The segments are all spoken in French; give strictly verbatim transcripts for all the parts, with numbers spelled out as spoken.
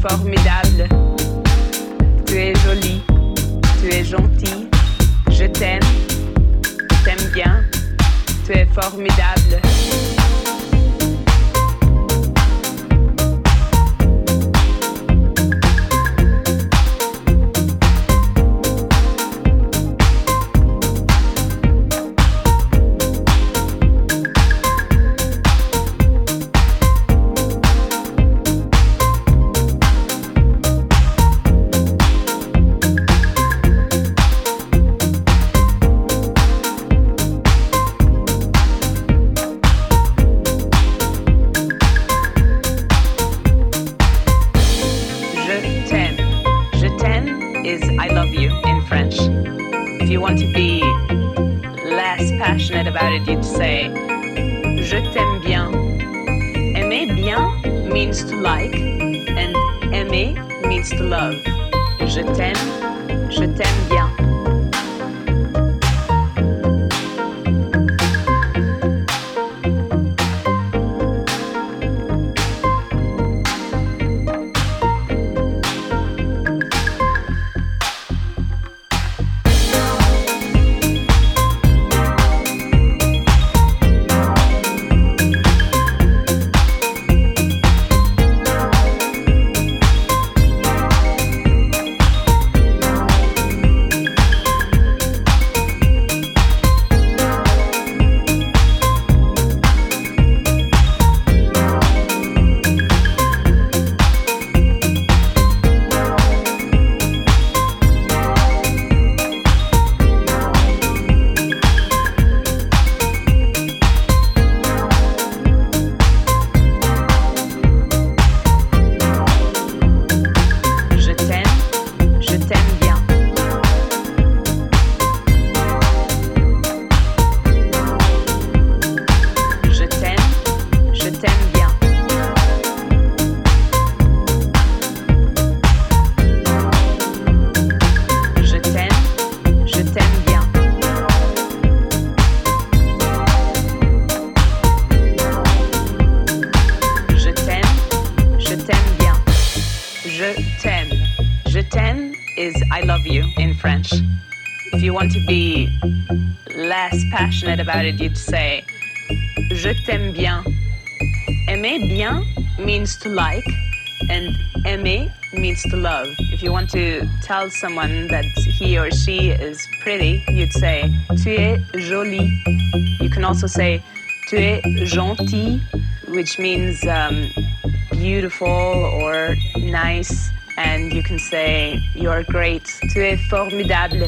formidable. Tu es jolie, tu es gentille. Je t'aime, je t'aime bien. Tu es formidable. About it, you'd say, je t'aime bien. Aimer bien means to like, and aimer means to love. Je t'aime, je t'aime bien. To be less passionate about it, you'd say, je t'aime bien. Aimer bien means to like, and aimer means to love. If you want to tell someone that he or she is pretty, you'd say, tu es jolie. You can also say, tu es gentil, which means um, beautiful or nice. And you can say, you're great. Tu es formidable.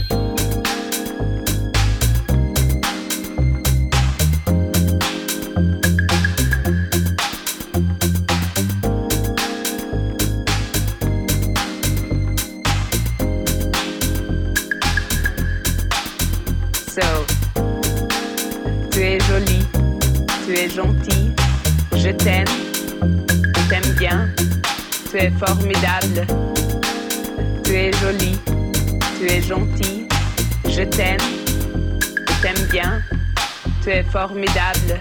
Gentil, je t'aime, je t'aime bien, tu es formidable, tu es jolie, tu es gentil, je t'aime, je t'aime bien, tu es formidable.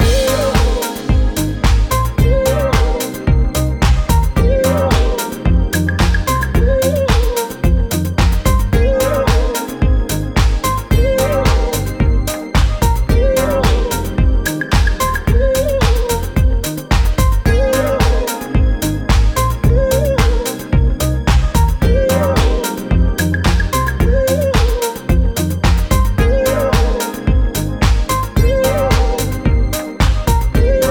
You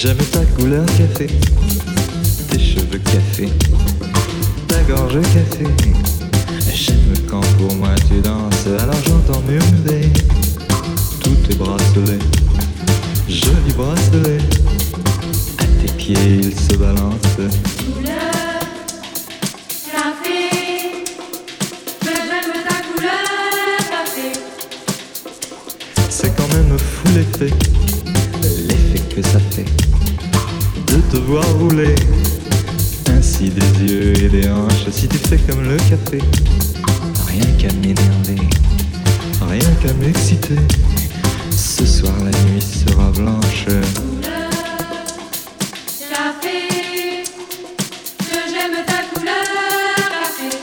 J'aime ta couleur café, tes cheveux café, ta gorge café. J'aime quand pour moi tu danses, alors j'entends murmurer tous tes bracelets, jolis bracelets. À tes pieds ils se balancent. Couleur café, que j'aime ta couleur café. C'est quand même fou l'effet, l'effet que ça fait de te voir rouler ainsi des yeux et des hanches. Si tu fais comme le café, rien qu'à m'énerver, rien qu'à m'exciter. Ce soir la nuit sera blanche. Couleur café, que j'aime ta couleur café.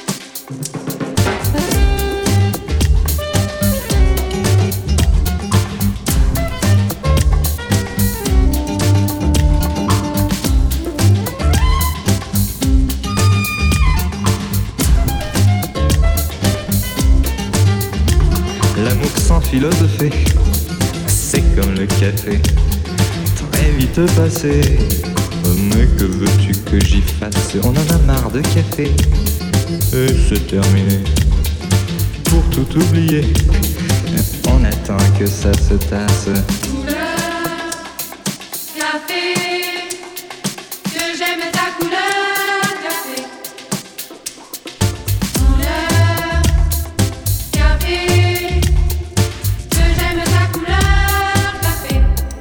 L'amour sans philosopher, c'est comme le café, très vite passé. Mais que veux-tu que j'y fasse? On en a marre de café, et c'est terminé. Pour tout oublier, on attend que ça se tasse. Couleur café, que j'aime ta couleur café. Couleur café, que j'aime ta couleur café.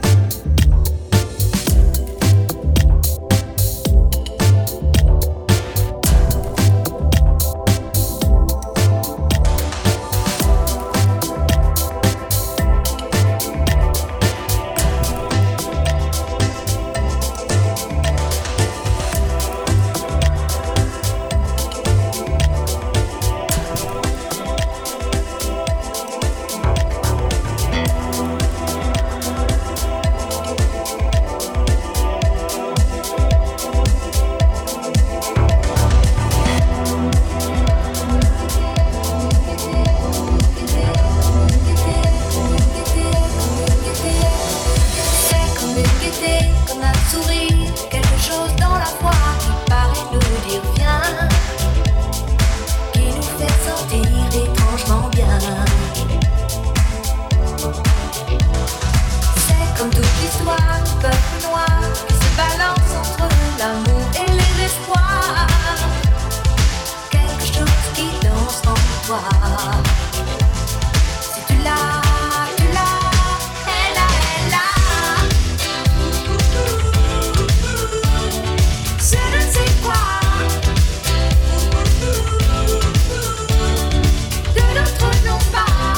C'est comme une gaieté, comme un sourire, quelque chose dans la voix qui paraît nous dire viens, qui nous fait sentir étrangement bien. C'est comme toute l'histoire du peuple noir qui se balance entre l'amour et les espoirs, quelque chose qui danse en toi. Si tu l'as, tu l'as, elle a, elle a. Je ne sais quoi de notre non pas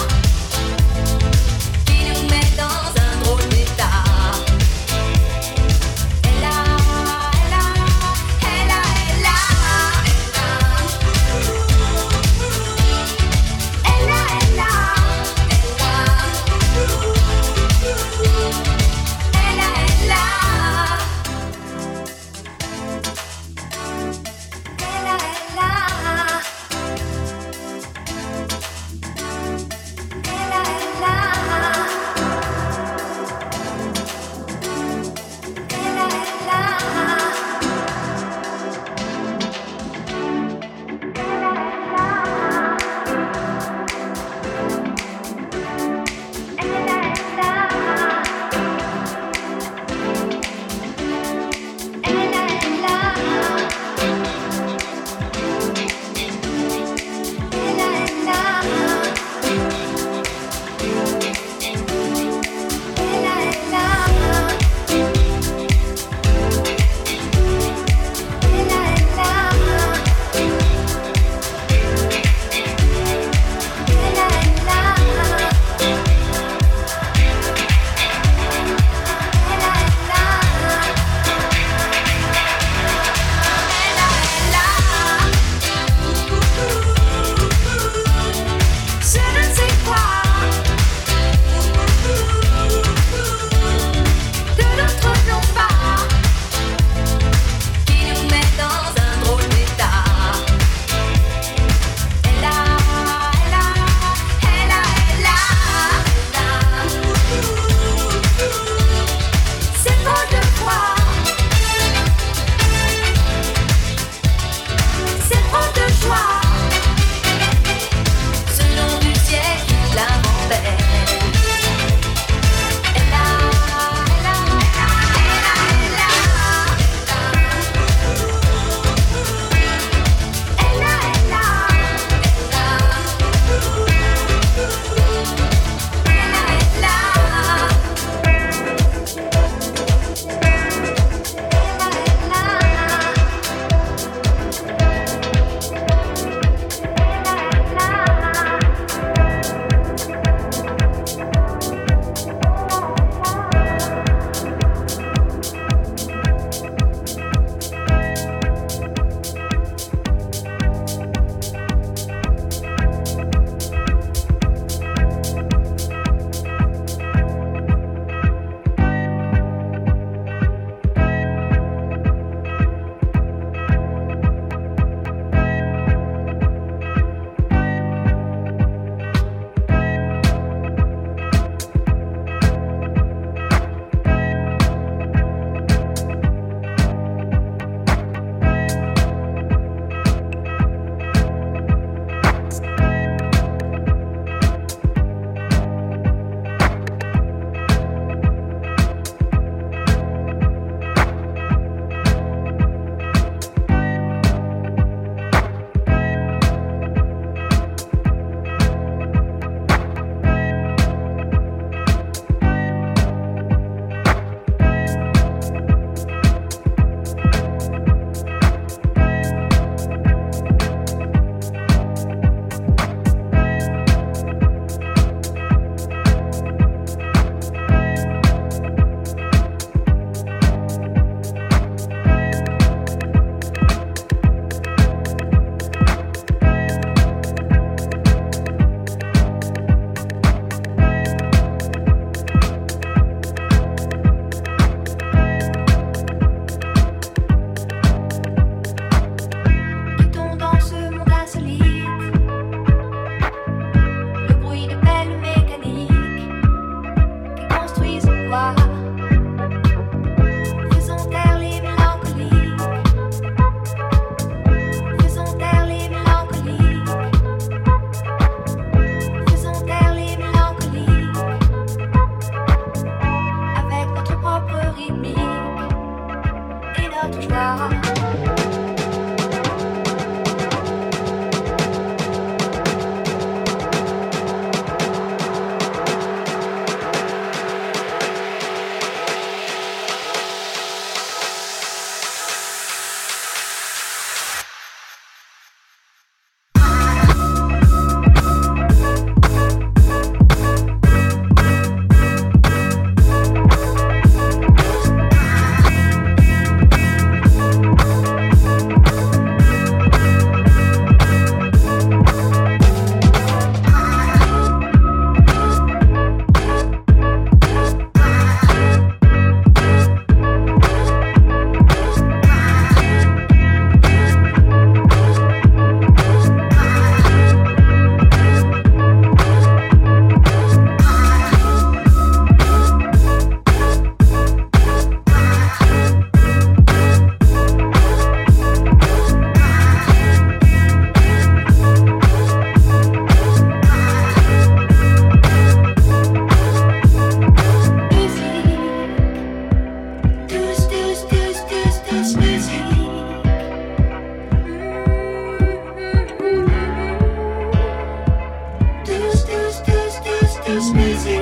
qui nous met dans un drôle d'état. Elle a, elle a, elle a, elle a, elle a. douce musique.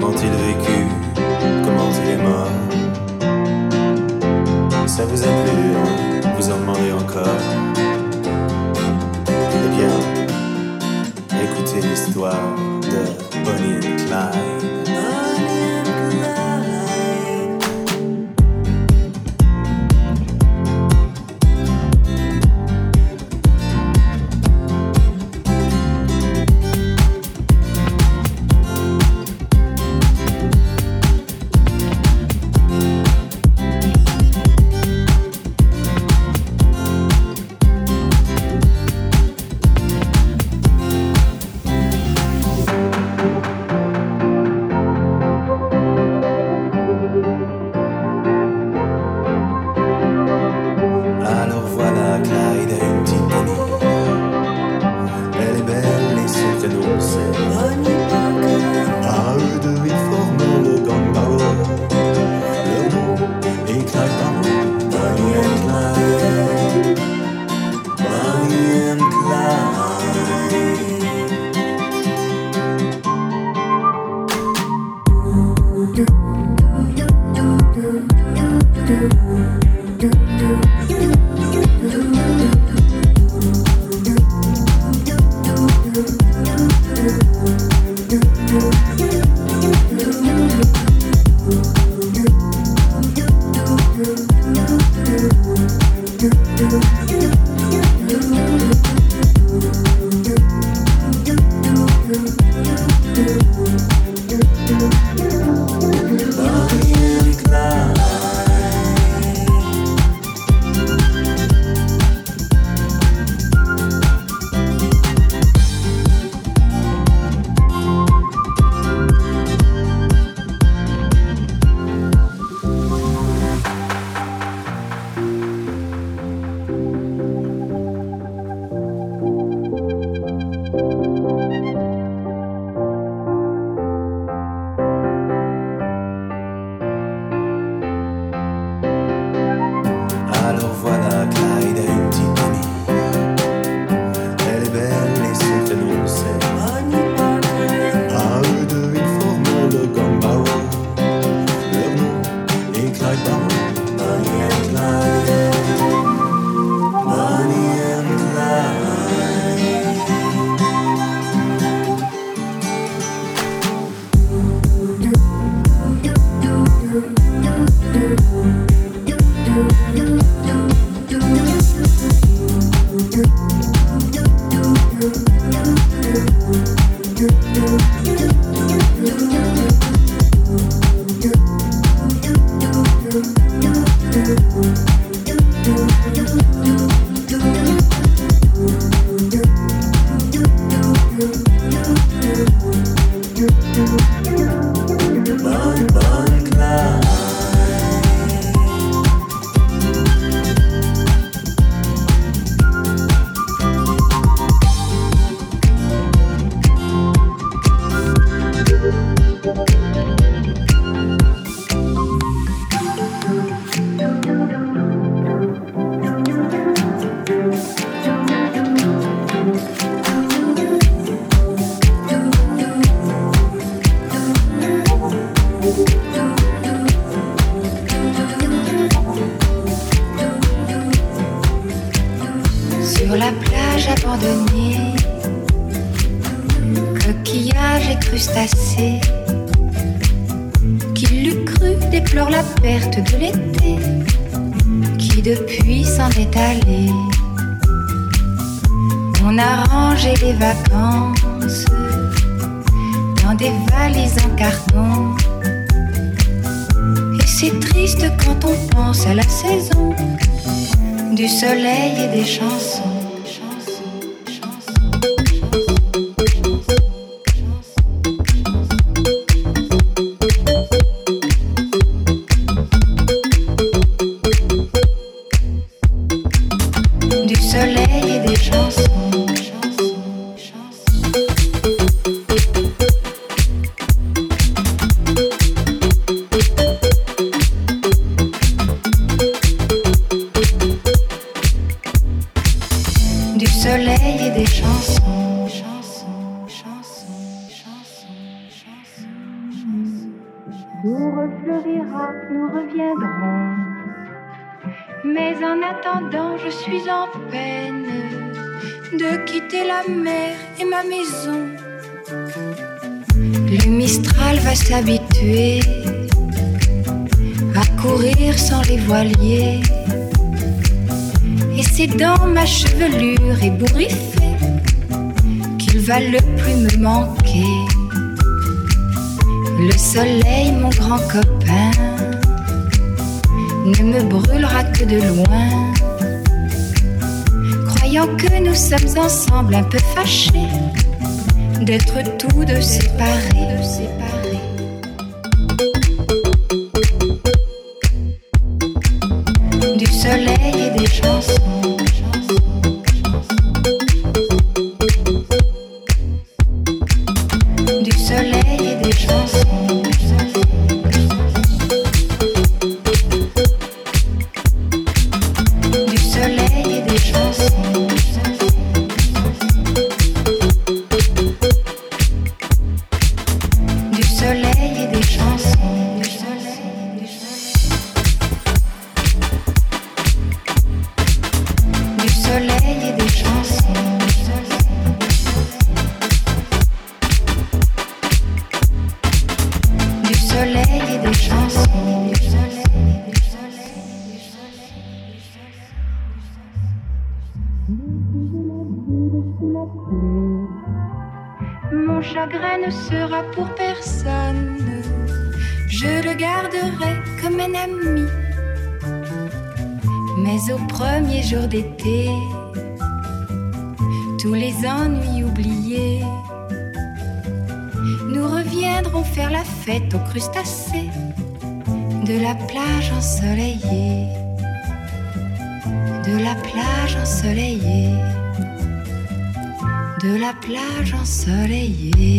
Comment il vécut, comment il est mort. Ça vous a plu, hein? Vous en demandez encore. Eh bien, écoutez l'histoire de Bonnie and Clyde. Bonnie and jour refleurira, nous reviendrons. Mais en attendant, je suis en peine de quitter la mer et ma maison. Le Mistral va s'habituer à courir sans les voiliers, et c'est dans ma chevelure ébouriffée qu'il va le plus me manquer. Le soleil, mon grand copain, ne me brûlera que de loin, croyant que nous sommes ensemble un peu fâchés d'être tous deux séparés. Du soleil et des chansons, du soleil et des chansons, du soleil et des chansons, du soleil et des chansons, du soleil et des chansons, du soleil et des chansons. Mon chagrin ne sera pour personne, je le garderai comme un ami. Mais au premier jour d'été, tous les ennuis oubliés, nous reviendrons faire la fête aux crustacés de la plage ensoleillée, de la plage ensoleillée, de la plage ensoleillée.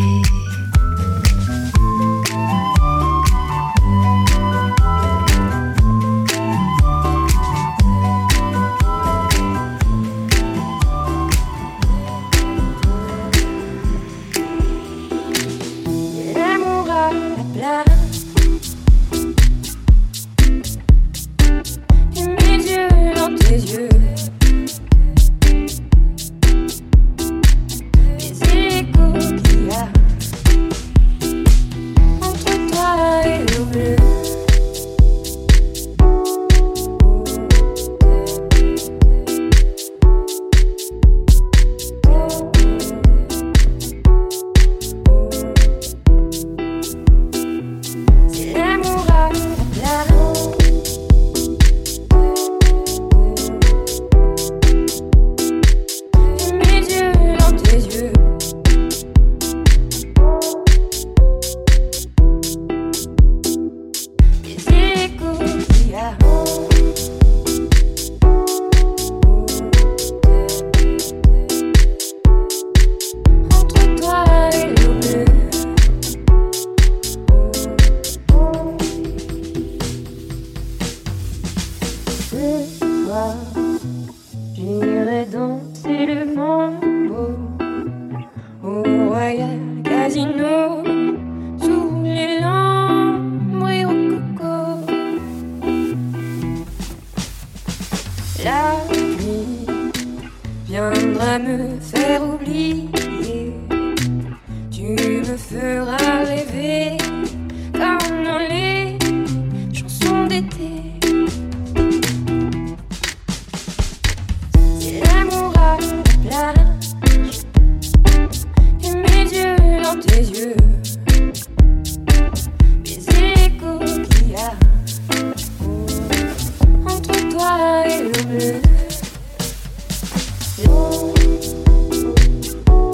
Entre toi et le bleu.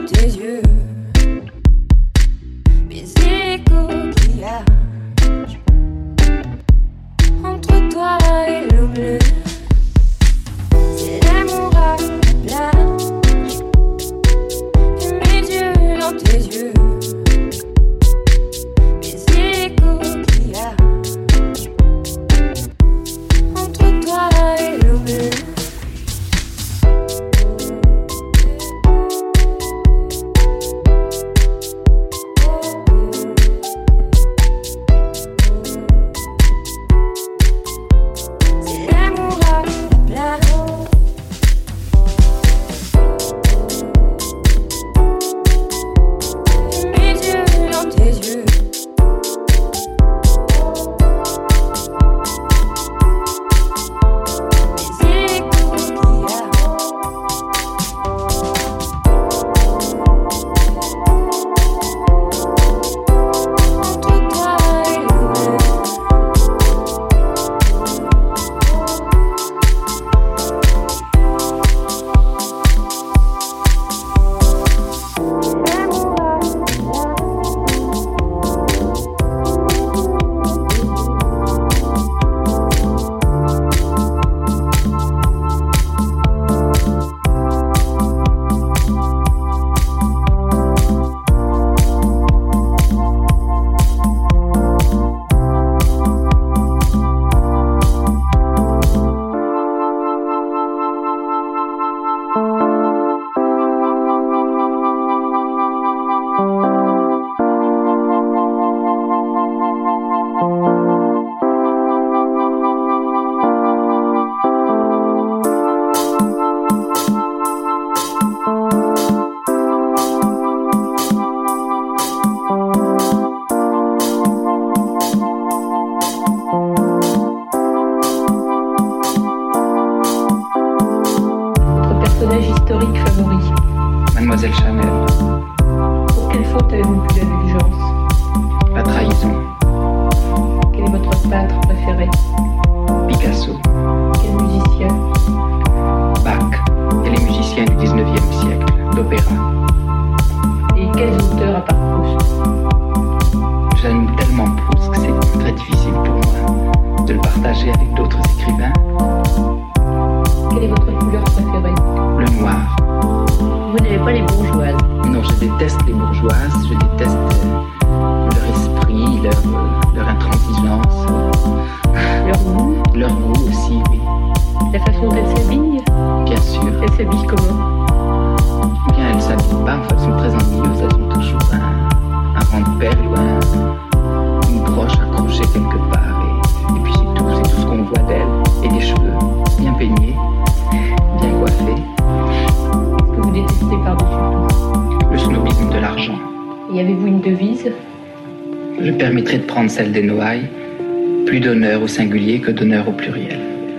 Celle des Noailles, plus d'honneur au singulier que d'honneur au pluriel.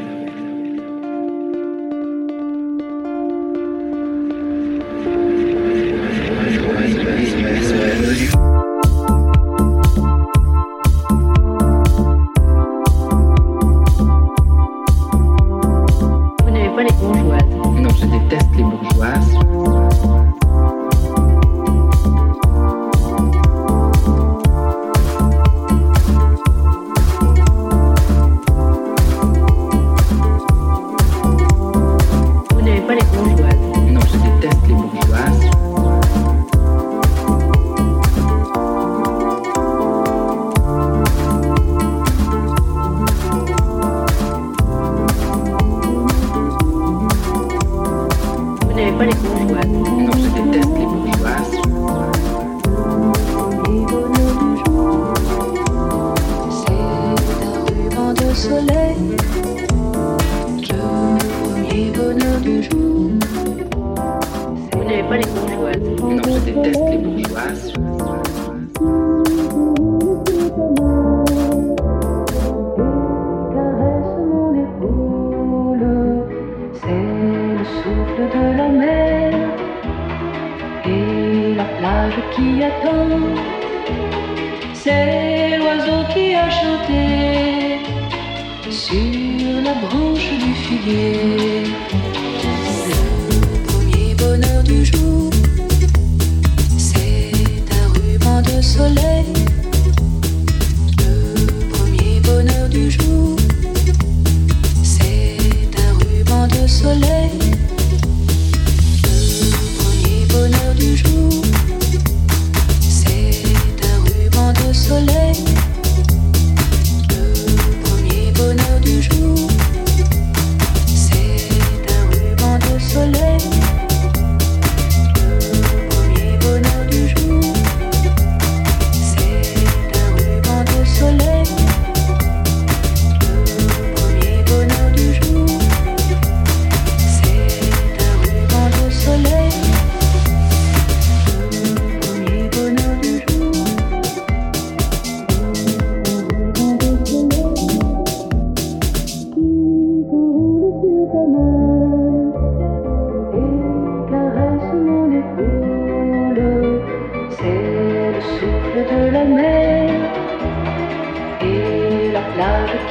Vous n'aimez pas les bourgeoises? Non, je déteste les bourgeoises. Le premier bonheur du jour,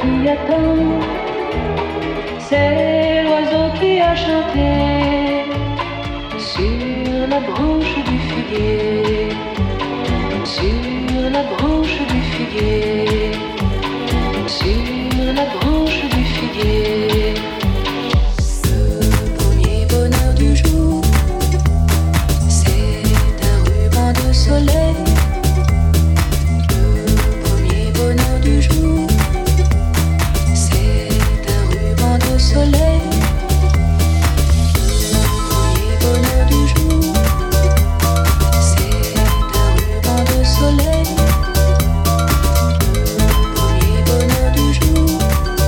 qui attend, c'est l'oiseau qui a chanté sur la branche du figuier, sur la branche du figuier, sur la branche du figuier. Le premier bonheur du jour, c'est un ruban de soleil. Le premier bonheur du jour, c'est un ruban de soleil. Le premier bonheur du jour, c'est un ruban de soleil. Le premier bonheur du jour,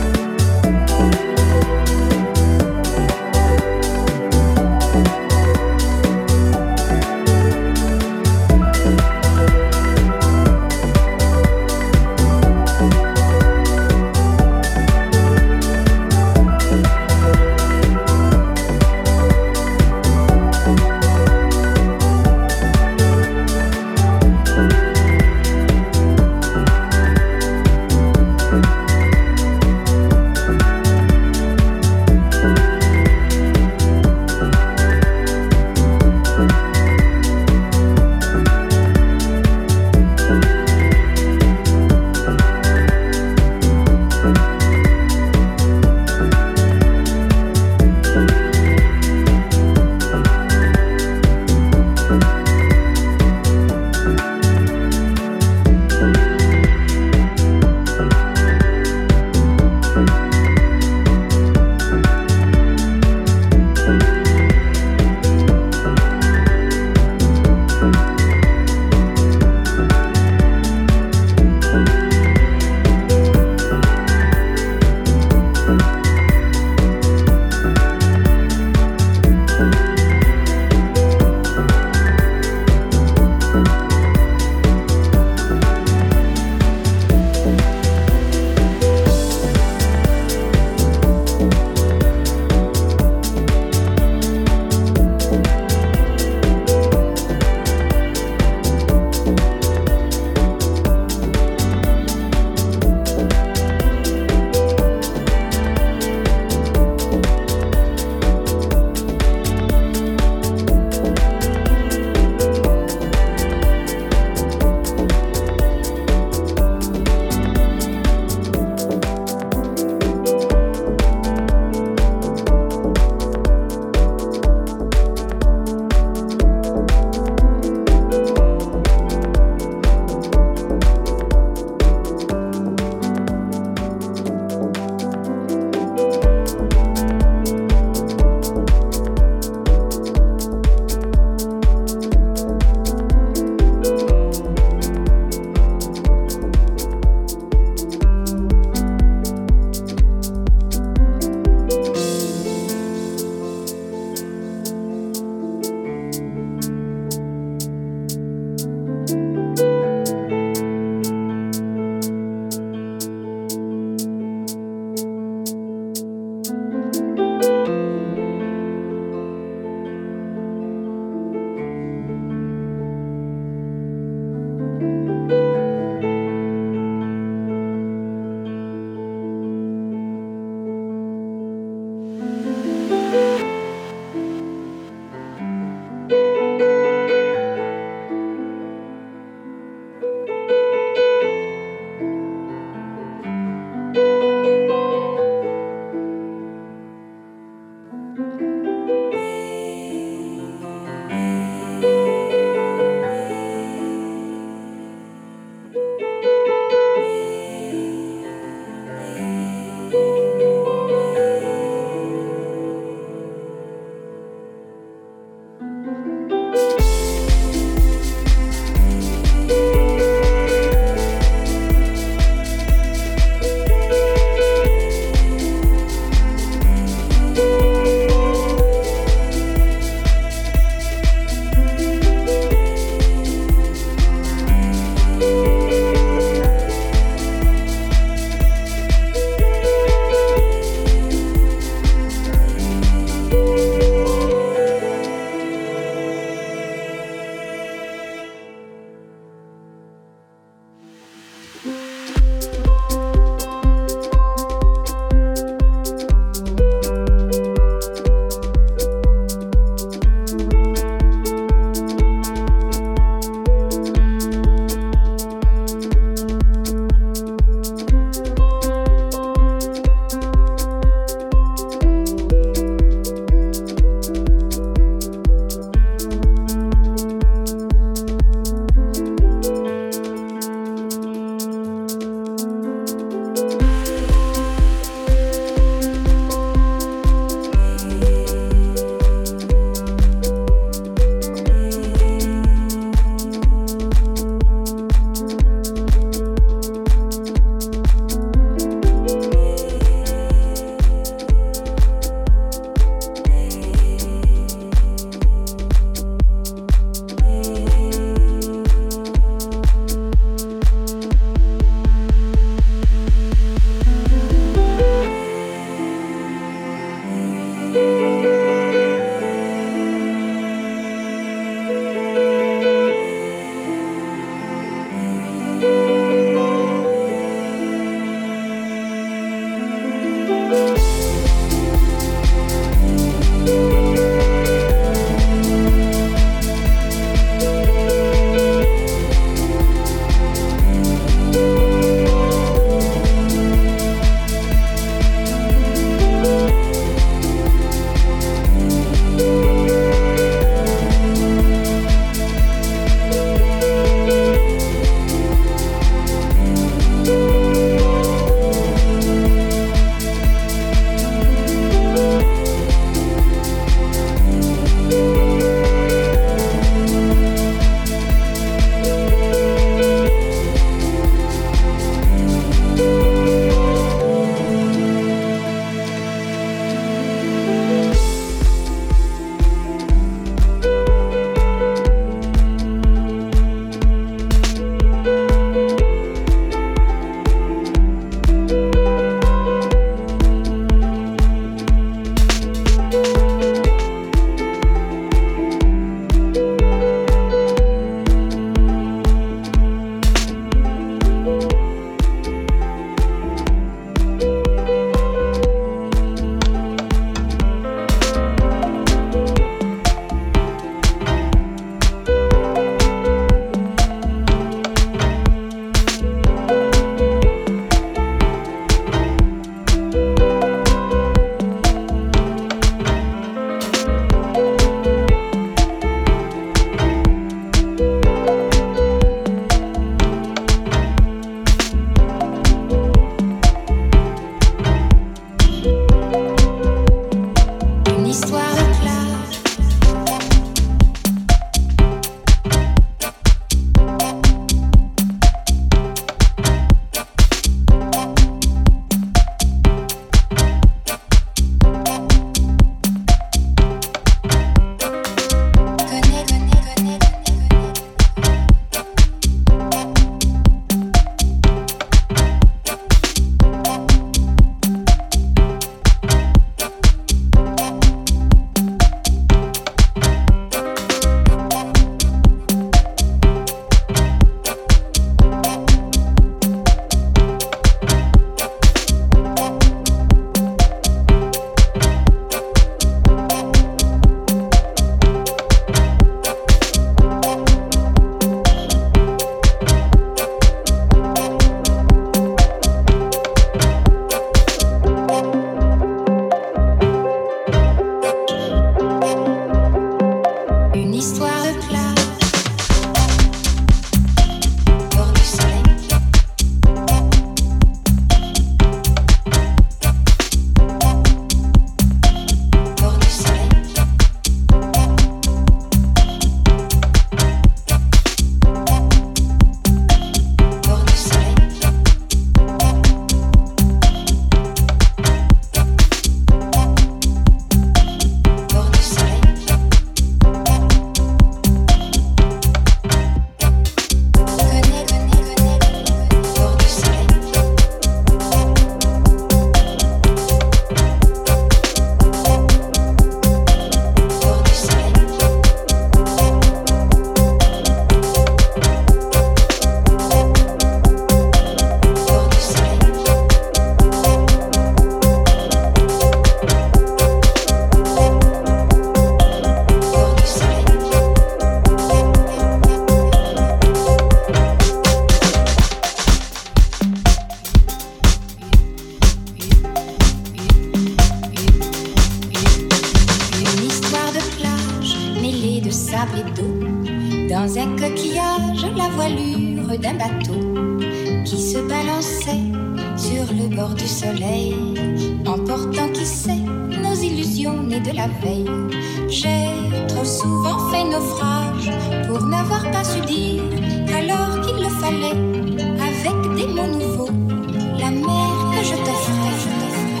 parler d'eau. Dans un coquillage, la voilure d'un bateau qui se balançait sur le bord du soleil, emportant qui sait nos illusions nées de la veille. J'ai trop souvent fait naufrage pour n'avoir pas su dire, alors qu'il le fallait, avec des mots nouveaux, la mer que je t'offrais, je t'offrais.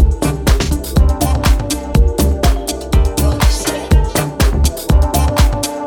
Bord du soleil.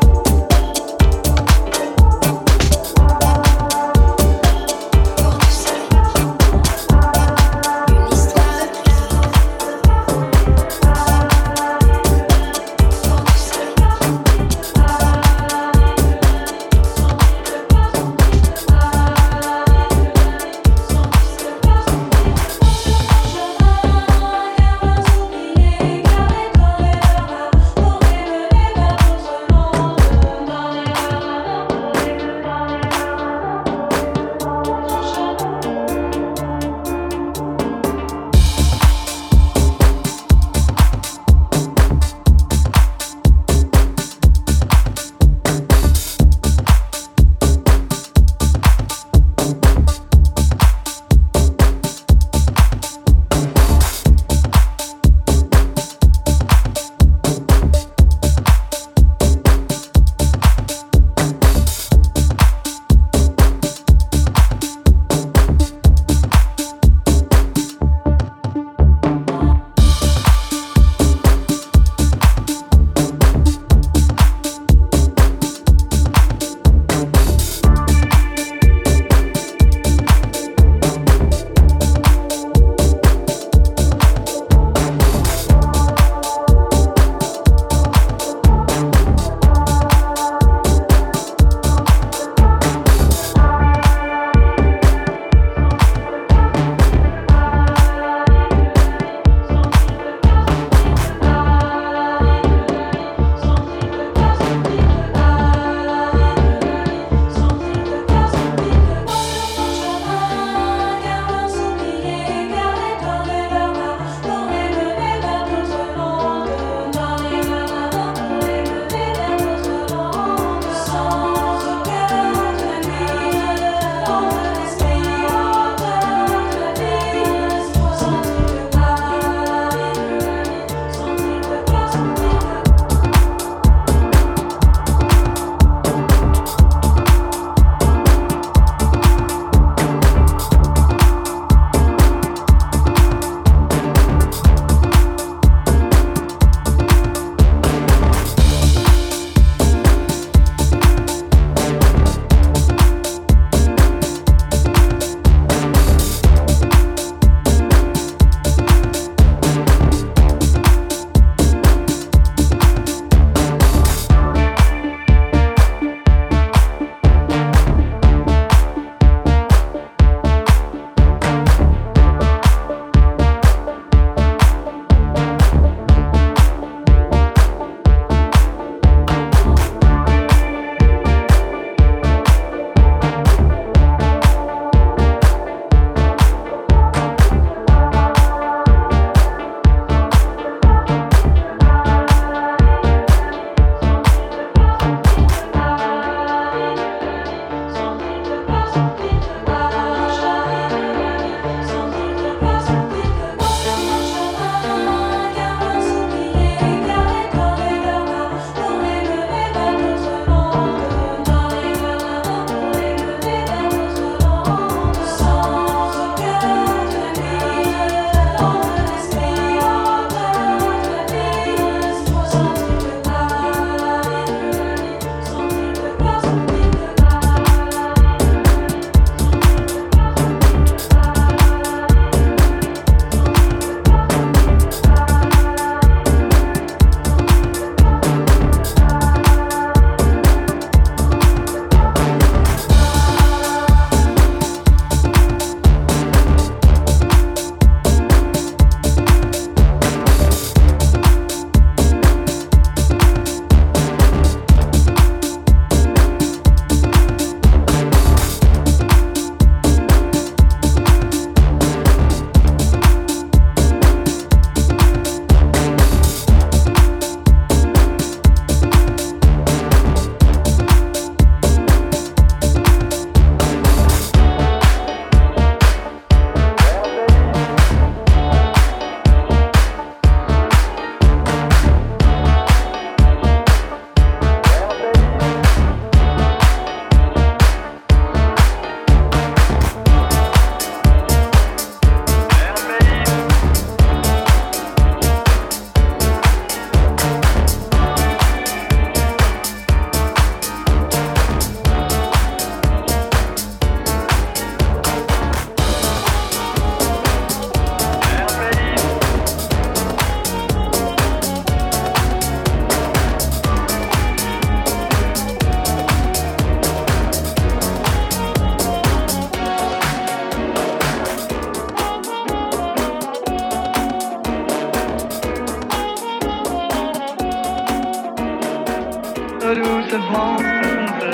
douce France,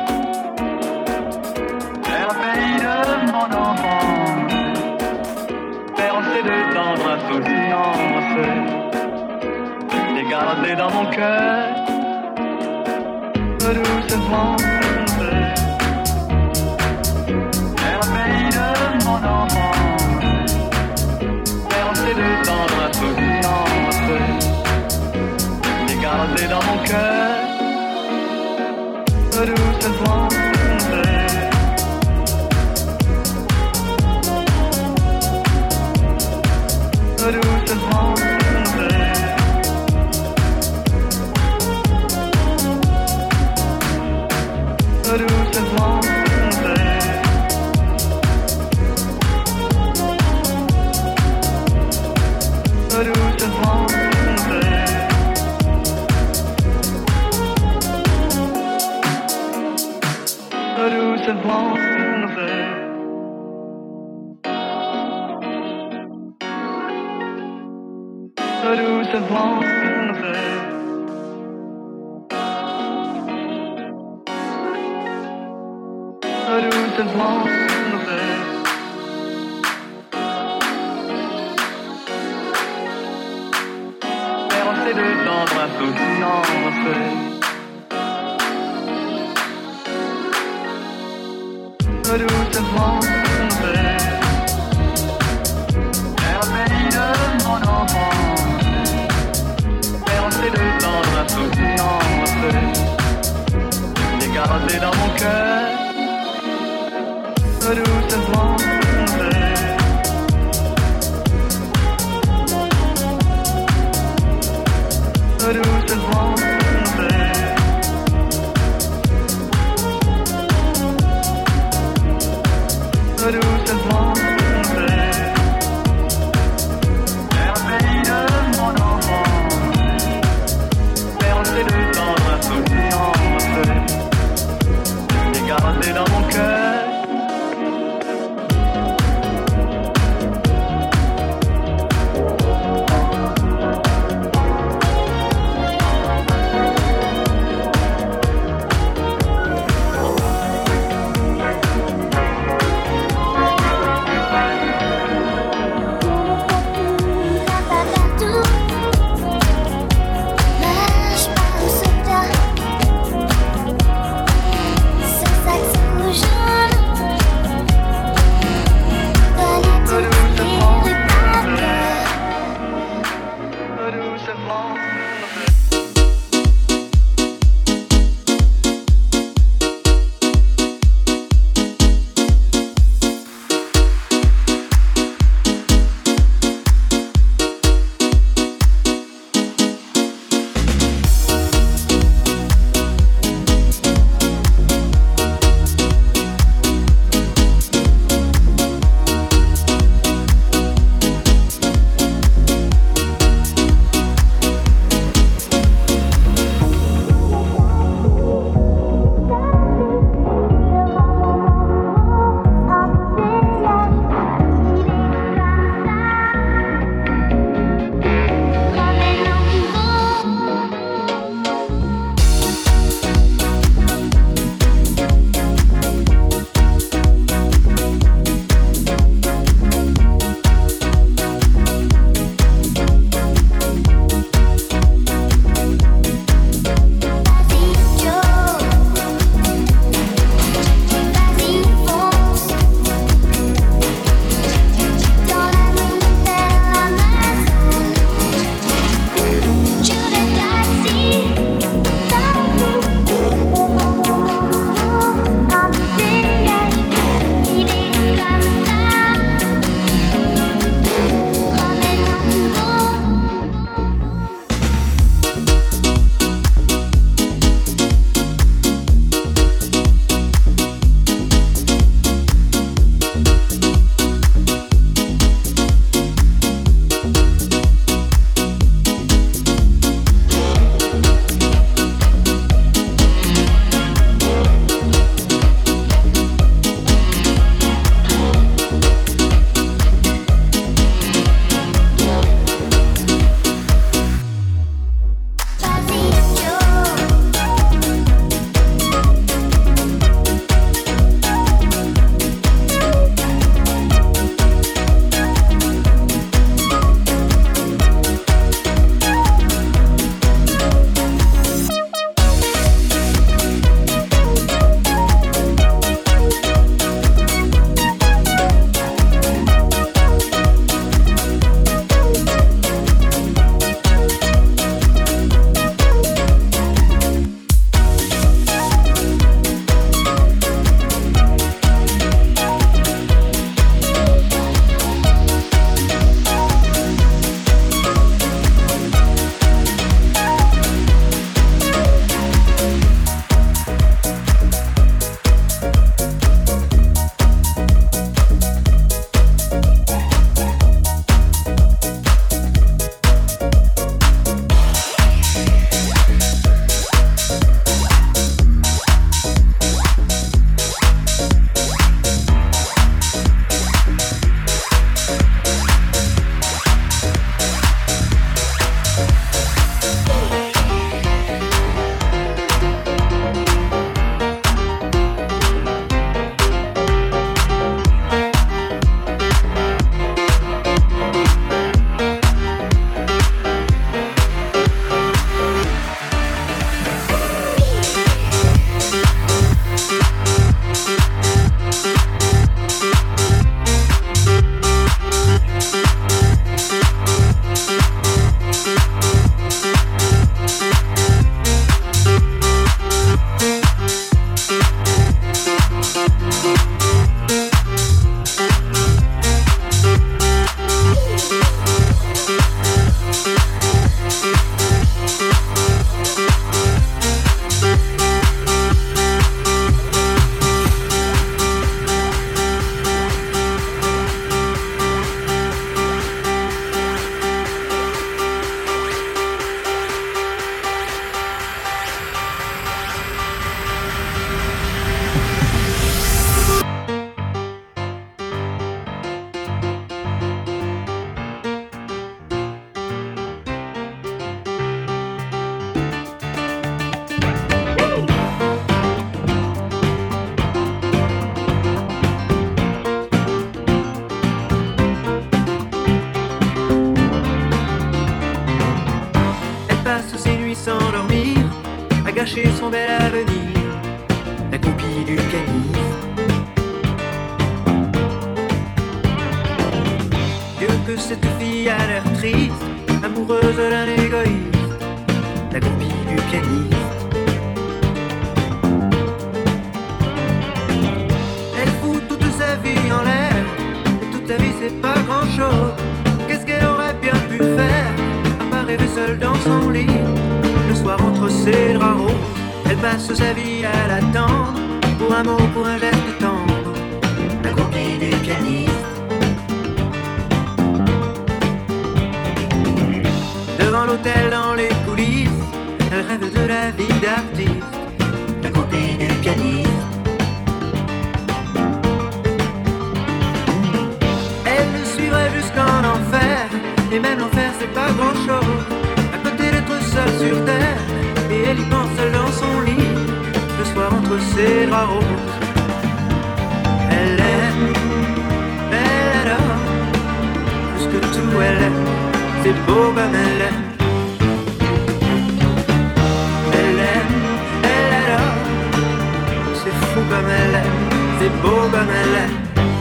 vers le pays de mon enfance, bercé de tendre insouciance, et gardé dans mon cœur, douce France, vers le pays de mon enfance, bercé de tendre insouciance, et gardé dans mon cœur, douce France. Douce France, douce France, douce France, douce France. Douce France, douce France, bercé de tendre insouciance, douce France, vers le pays de mon enfance, bercé de tendre insouciance, et gardé dans mon cœur, douce France, douce France, douce France, vers le pays de mon enfance, bercé de tendre insouciance, et gardé dans mon cœur. passe ses nuits sans dormir, à gâcher son bel avenir, la copie du calife. Dieu que cette fille a l'air triste, amoureuse d'un égoïste, la copie du calife. Elle fout toute sa vie en l'air, et toute sa vie c'est pas grand chose. Qu'est-ce qu'elle aurait bien pu faire, à part rêver seule dans son lit, le soir entre ses draps roses. Elle passe sa vie à l'attendre, pour un mot, pour un geste tendre, la copie du pianiste. Devant l'hôtel, dans les coulisses, elle rêve de la vie d'artiste, la copie du pianiste. Elle le suivrait jusqu'en enfer, et même l'enfer c'est pas grand chose, à côté d'être seule sur terre, et elle y pense seule dans son lit, le soir entre ses draps roses. Elle aime, elle adore, plus que tout elle aime, c'est beau comme elle aime. Elle aime, elle adore, c'est fou comme elle aime, c'est beau comme elle aime.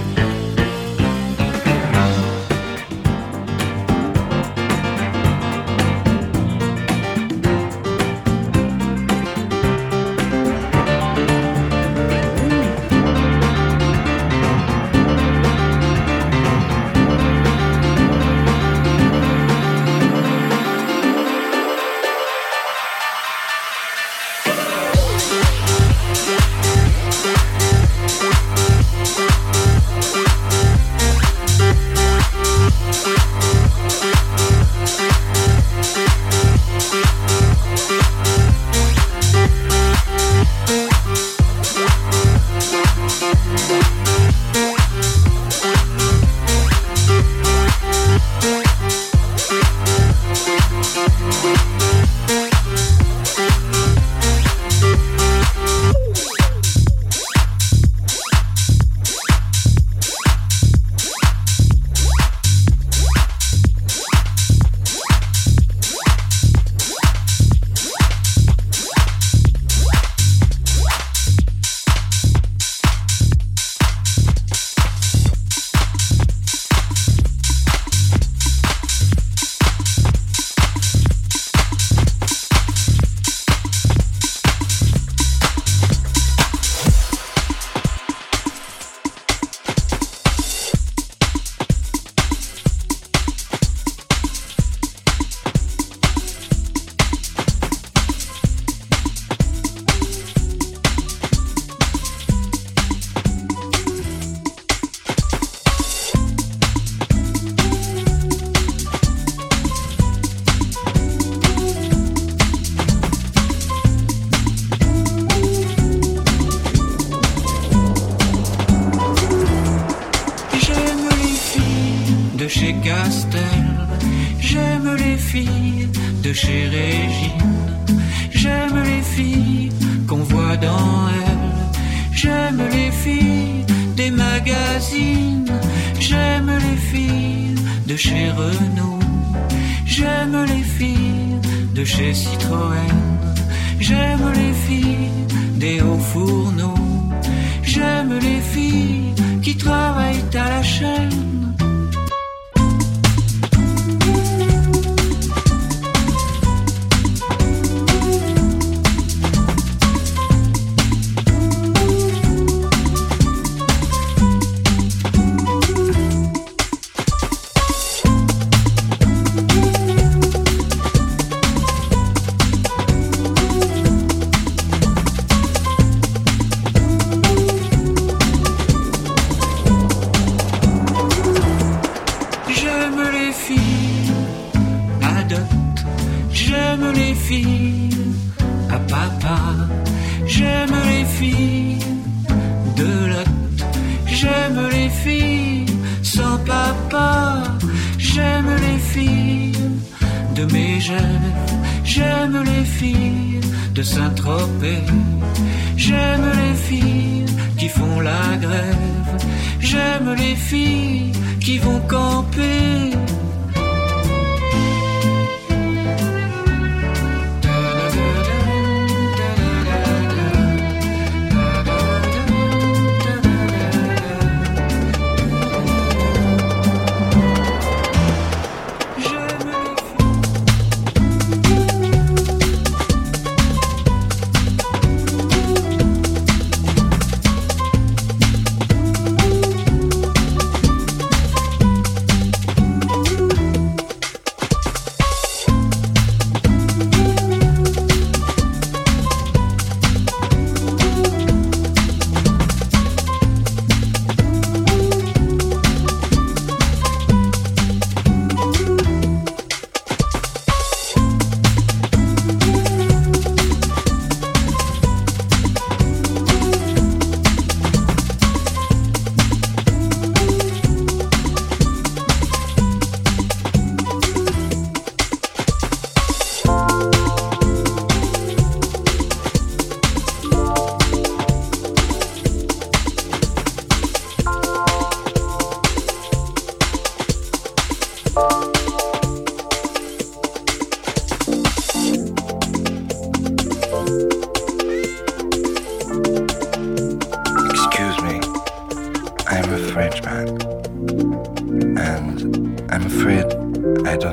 J'aime les filles qui vont camper.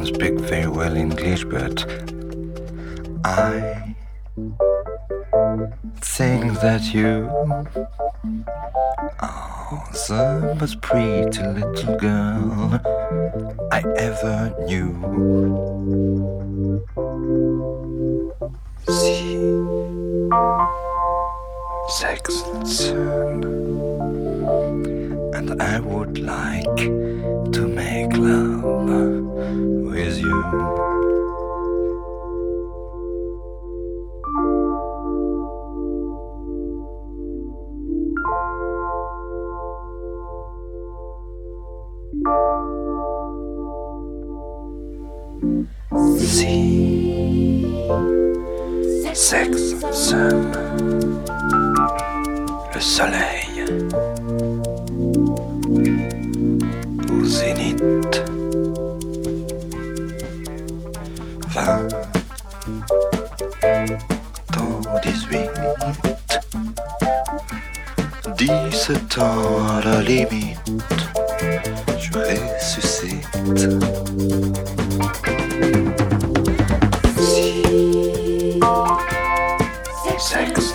don't speak very well English, but I think that you are the most pretty little girl I ever knew. See, sex and sun, and I would like to make love with you. See, sex and sun, le soleil au zénith. Vingt ans, dix-huit, dix-sept ans à la limite, je ressuscite. Sex,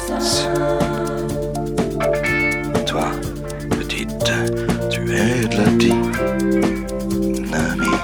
toi, petite, tu es de la dynamite.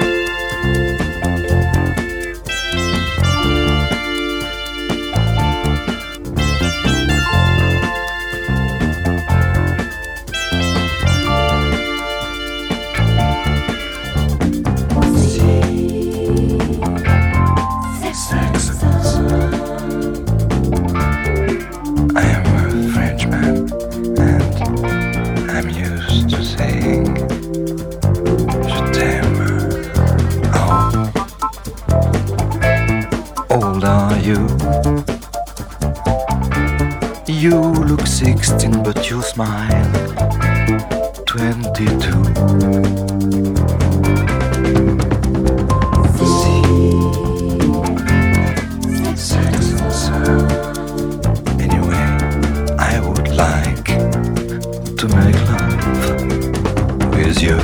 You look sixteen but you smile twenty-two. Sex and sun. Anyway, I would like to make love with you.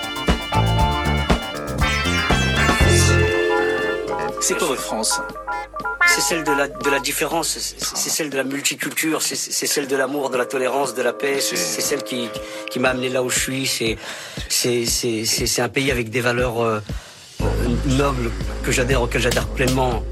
C'est quoi votre France? c'est celle de la, de la différence, c'est celle de la multiculture, c'est celle de l'amour, de la tolérance, de la paix, c'est celle qui, qui m'a amené là où je suis. C'est un pays avec des valeurs euh, nobles que j'adhère, auxquelles j'adhère pleinement.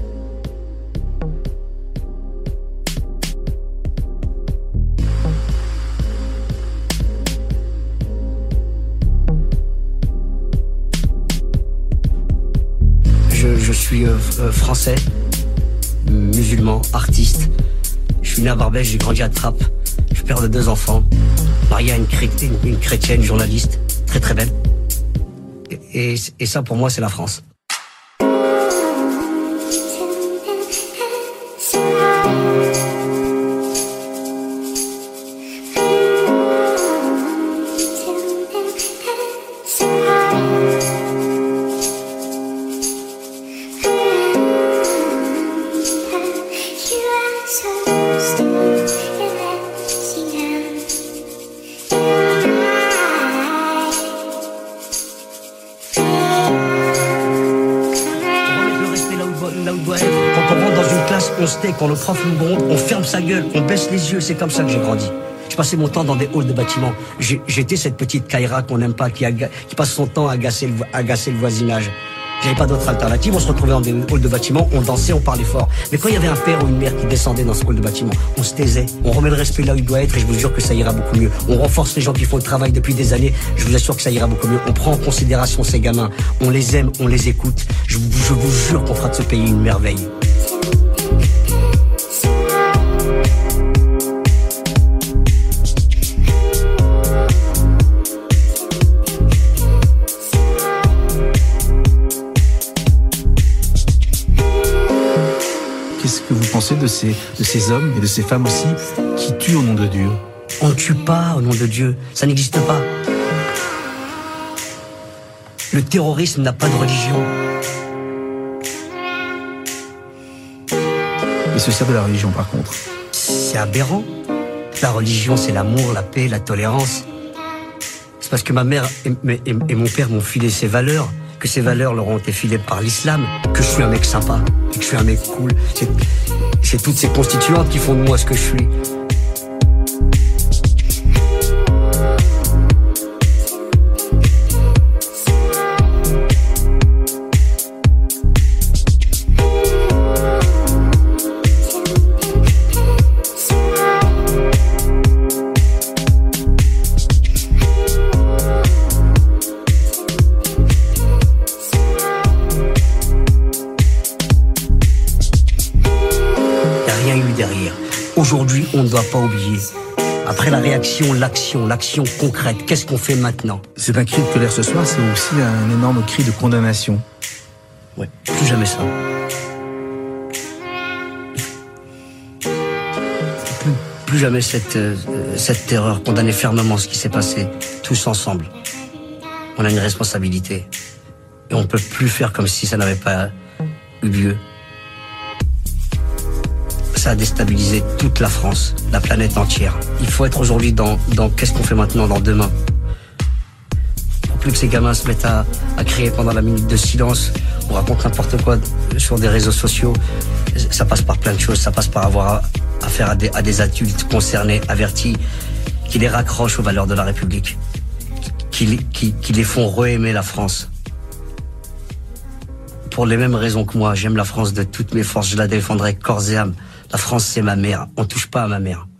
Je, je suis euh, euh, français, musulman, artiste. Je suis né à Barbès, j'ai grandi à Trappes. Je suis père de deux enfants. Marié à une, chré une, une chrétienne, journaliste, très très belle. Et, et, et ça, pour moi, c'est la France. On se tait, quand le prof nous gronde, on ferme sa gueule, on baisse les yeux, c'est comme ça que j'ai grandi. Je passais mon temps dans des halls de bâtiments. J'étais cette petite Kaira qu'on n'aime pas, qui, qui passe son temps à agacer le, à agacer le voisinage. J'avais pas d'autre alternative, on se retrouvait dans des halls de bâtiments, on dansait, on parlait fort. Mais quand il y avait un père ou une mère qui descendait dans ce hall de bâtiment, on se taisait, on remet le respect là où il doit être et je vous jure que ça ira beaucoup mieux. On renforce les gens qui font le travail depuis des années, je vous assure que ça ira beaucoup mieux. On prend en considération ces gamins, on les aime, on les écoute. Je, je vous jure qu'on fera de ce pays une merveille. Qu'est-ce que vous pensez de ces, de ces hommes et de ces femmes aussi qui tuent au nom de Dieu? On ne tue pas au nom de Dieu, ça n'existe pas. Le terrorisme n'a pas de religion. Il se sert de la religion par contre. C'est aberrant. La religion, c'est l'amour, la paix, la tolérance. C'est parce que ma mère et, et, et mon père m'ont filé ces valeurs, que ces valeurs leur ont été filées par l'islam, que je suis un mec sympa, que je suis un mec cool. C'est toutes ces constituantes qui font de moi ce que je suis. Aujourd'hui, on ne doit pas oublier. Après la réaction, l'action, l'action concrète. Qu'est-ce qu'on fait maintenant? C'est un cri de colère ce soir, c'est aussi un énorme cri de condamnation. Ouais, plus jamais ça. Plus, plus jamais cette, euh, cette terreur. Condamner fermement ce qui s'est passé, tous ensemble. On a une responsabilité. Et on ne peut plus faire comme si ça n'avait pas eu lieu. Ça a déstabilisé toute la France, la planète entière. Il faut être aujourd'hui dans, dans qu'est-ce qu'on fait maintenant, dans demain. Pour plus que ces gamins se mettent à, à crier pendant la minute de silence ou racontent n'importe quoi sur des réseaux sociaux, ça passe par plein de choses. Ça passe par avoir affaire à des, à des adultes concernés, avertis, qui les raccrochent aux valeurs de la République, qui, qui, qui les font re-aimer la France. Pour les mêmes raisons que moi, j'aime la France de toutes mes forces, je la défendrai corps et âme. La France, c'est ma mère. On touche pas à ma mère.